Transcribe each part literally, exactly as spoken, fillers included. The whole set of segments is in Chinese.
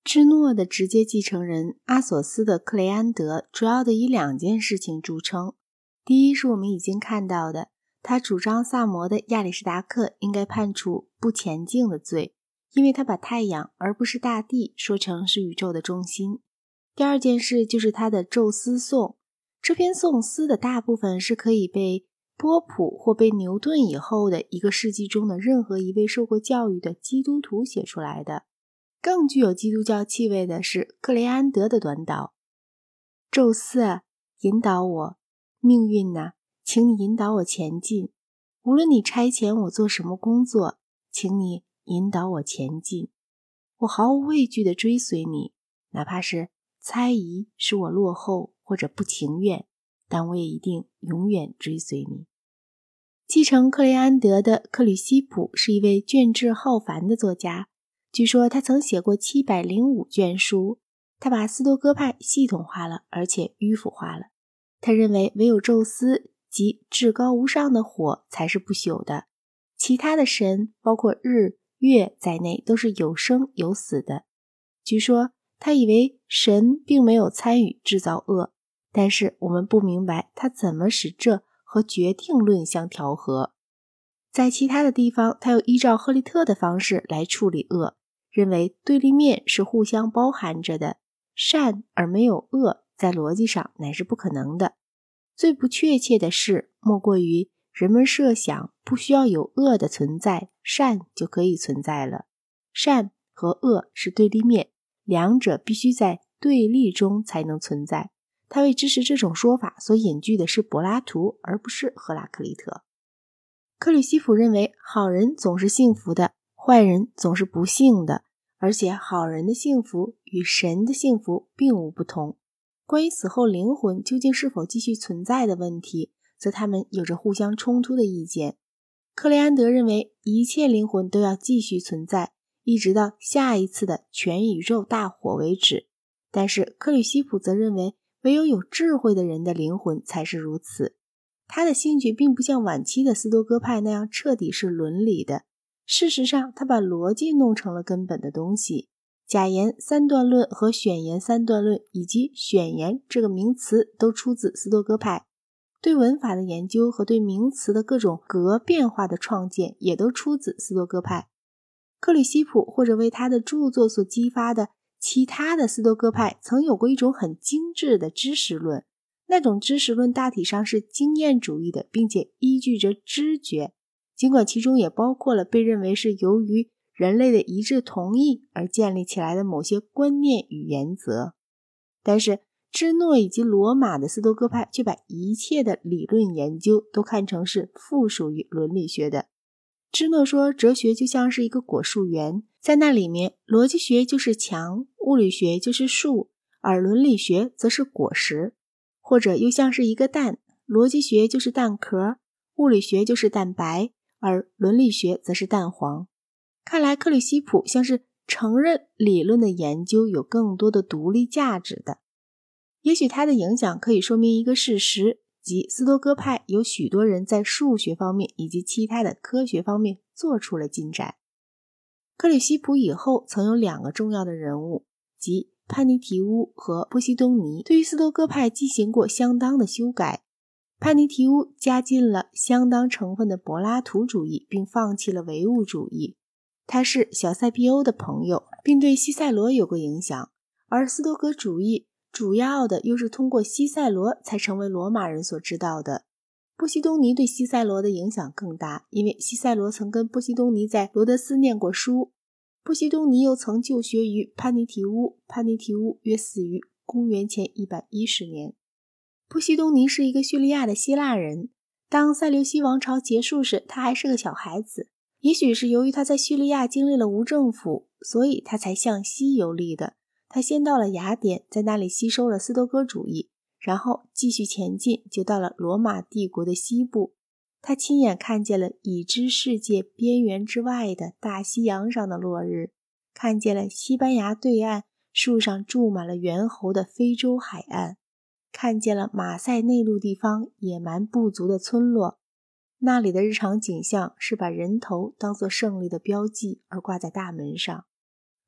芝诺的直接继承人阿索斯的克雷安德主要的以两件事情著称。第一是我们已经看到的，他主张萨摩的亚里士达克应该判处不前进的罪，因为他把太阳而不是大地说成是宇宙的中心。第二件事就是他的宙斯颂，这篇颂诗的大部分是可以被波普或被牛顿以后的一个世纪中的任何一位受过教育的基督徒写出来的。更具有基督教气味的是克雷安德的短祷：宙斯啊，引导我；命运啊，请你引导我前进。无论你差遣我做什么工作，请你引导我前进。我毫无畏惧地追随你，哪怕是猜疑使我落后或者不情愿，但我也一定永远追随你。继承克雷安德的克吕西普是一位卷帙浩繁的作家，据说他曾写过七百零五卷书。他把斯多哥派系统化了，而且迂腐化了。他认为唯有宙斯即至高无上的火才是不朽的，其他的神包括日、月在内都是有生有死的。据说他以为神并没有参与制造恶，但是我们不明白他怎么使这和决定论相调和。在其他的地方，他又依照赫利特的方式来处理恶，认为对立面是互相包含着的，善而没有恶在逻辑上乃是不可能的。最不确切的事莫过于人们设想不需要有恶的存在，善就可以存在了。善和恶是对立面，两者必须在对立中才能存在。他为支持这种说法所引据的是柏拉图，而不是赫拉克利特。克吕西普认为好人总是幸福的，坏人总是不幸的，而且好人的幸福与神的幸福并无不同。关于死后灵魂究竟是否继续存在的问题，则他们有着互相冲突的意见。克雷安德认为一切灵魂都要继续存在，一直到下一次的全宇宙大火为止。但是克吕西普则认为唯有有智慧的人的灵魂才是如此。他的兴趣并不像晚期的斯多哥派那样彻底是伦理的，事实上他把逻辑弄成了根本的东西。假言三段论和选言三段论以及选言这个名词都出自斯多哥派，对文法的研究和对名词的各种格变化的创建也都出自斯多哥派。克吕西普或者为他的著作所激发的其他的斯多哥派曾有过一种很精致的知识论，那种知识论大体上是经验主义的，并且依据着知觉，尽管其中也包括了被认为是由于人类的一致同意而建立起来的某些观念与原则。但是芝诺以及罗马的斯多哥派却把一切的理论研究都看成是附属于伦理学的。芝诺说哲学就像是一个果树园，在那里面逻辑学就是墙，物理学就是树，而伦理学则是果实。或者又像是一个蛋，逻辑学就是蛋壳，物理学就是蛋白，而伦理学则是蛋黄。看来克吕西普像是承认理论的研究有更多的独立价值的。也许他的影响可以说明一个事实，即斯多哥派有许多人在数学方面以及其他的科学方面做出了进展。克吕西普以后曾有两个重要的人物，即潘尼提乌和波西东尼，对于斯多哥派进行过相当的修改。潘尼提乌加进了相当成分的柏拉图主义，并放弃了唯物主义。他是小塞庇欧的朋友，并对西塞罗有过影响，而斯多葛主义主要的又是通过西塞罗才成为罗马人所知道的。波西东尼对西塞罗的影响更大，因为西塞罗曾跟波西东尼在罗德斯念过书，波西东尼又曾就学于潘尼提乌，潘尼提乌约死于公元前一百一十年。波西东尼是一个叙利亚的希腊人，当塞琉西王朝结束时，他还是个小孩子。也许是由于他在叙利亚经历了无政府，所以他才向西游历的。他先到了雅典，在那里吸收了斯多哥主义，然后继续前进，就到了罗马帝国的西部。他亲眼看见了已知世界边缘之外的大西洋上的落日，看见了西班牙对岸树上住满了猿猴的非洲海岸，看见了马赛内陆地方野蛮部族的村落。那里的日常景象是把人头当作胜利的标记而挂在大门上。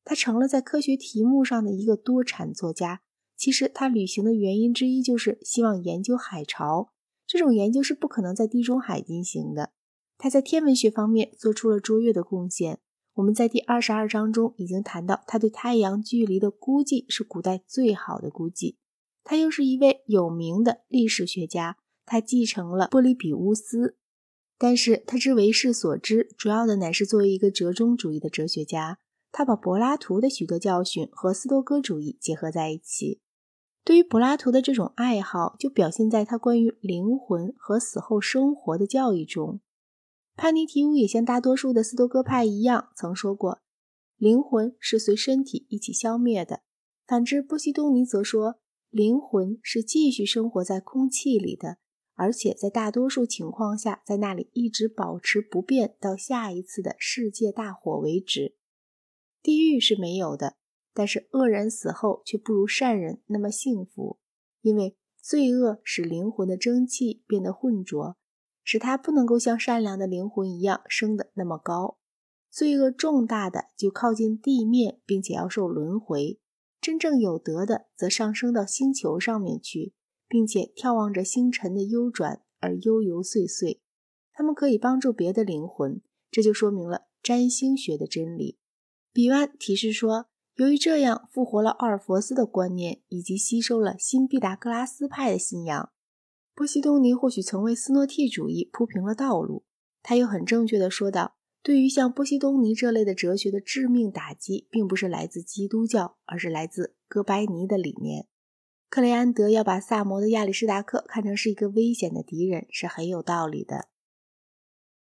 他成了在科学题目上的一个多产作家。其实他旅行的原因之一就是希望研究海潮，这种研究是不可能在地中海进行的。他在天文学方面做出了卓越的贡献。我们在第二十二章中已经谈到，他对太阳距离的估计是古代最好的估计。他又是一位有名的历史学家，他继承了波利比乌斯，但是他之为世所知，主要的乃是作为一个折中主义的哲学家。他把柏拉图的许多教训和斯多哥主义结合在一起。对于柏拉图的这种爱好，就表现在他关于灵魂和死后生活的教义中。潘尼提乌也像大多数的斯多哥派一样，曾说过，灵魂是随身体一起消灭的。反之，波西东尼则说，灵魂是继续生活在空气里的，而且在大多数情况下，在那里一直保持不变到下一次的世界大火为止。地狱是没有的，但是恶人死后却不如善人那么幸福，因为罪恶使灵魂的蒸汽变得浑浊，使它不能够像善良的灵魂一样升得那么高。罪恶重大的就靠近地面，并且要受轮回，真正有德的则上升到星球上面去，并且眺望着星辰的悠转而悠游岁岁。他们可以帮助别的灵魂，这就说明了占星学的真理。比湾提示说，由于这样复活了奥尔弗斯的观念，以及吸收了新毕达哥拉斯派的信仰，波西东尼或许曾为斯诺替主义铺平了道路。他又很正确地说道，对于像波西东尼这类的哲学的致命打击，并不是来自基督教，而是来自哥白尼的理念。克雷安德要把萨摩的亚里士达克看成是一个危险的敌人，是很有道理的。